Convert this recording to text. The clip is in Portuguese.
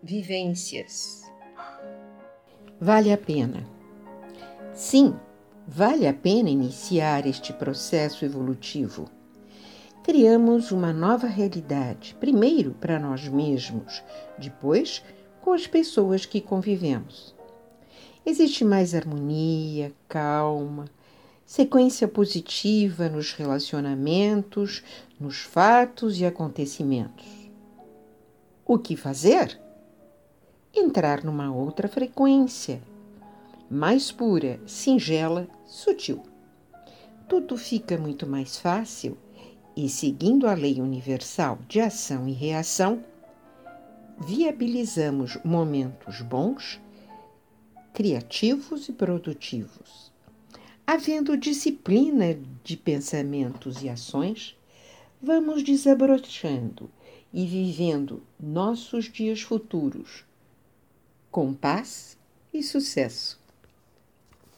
vivências. Vale a pena. Sim, vale a pena iniciar este processo evolutivo. Criamos uma nova realidade, primeiro para nós mesmos, depois com as pessoas que convivemos. Existe mais harmonia, calma, sequência positiva nos relacionamentos, nos fatos e acontecimentos. O que fazer? Entrar numa outra frequência, mais pura, singela, sutil. Tudo fica muito mais fácil e, seguindo a lei universal de ação e reação, viabilizamos momentos bons, criativos e produtivos. Havendo disciplina de pensamentos e ações, vamos desabrochando e vivendo nossos dias futuros com paz e sucesso.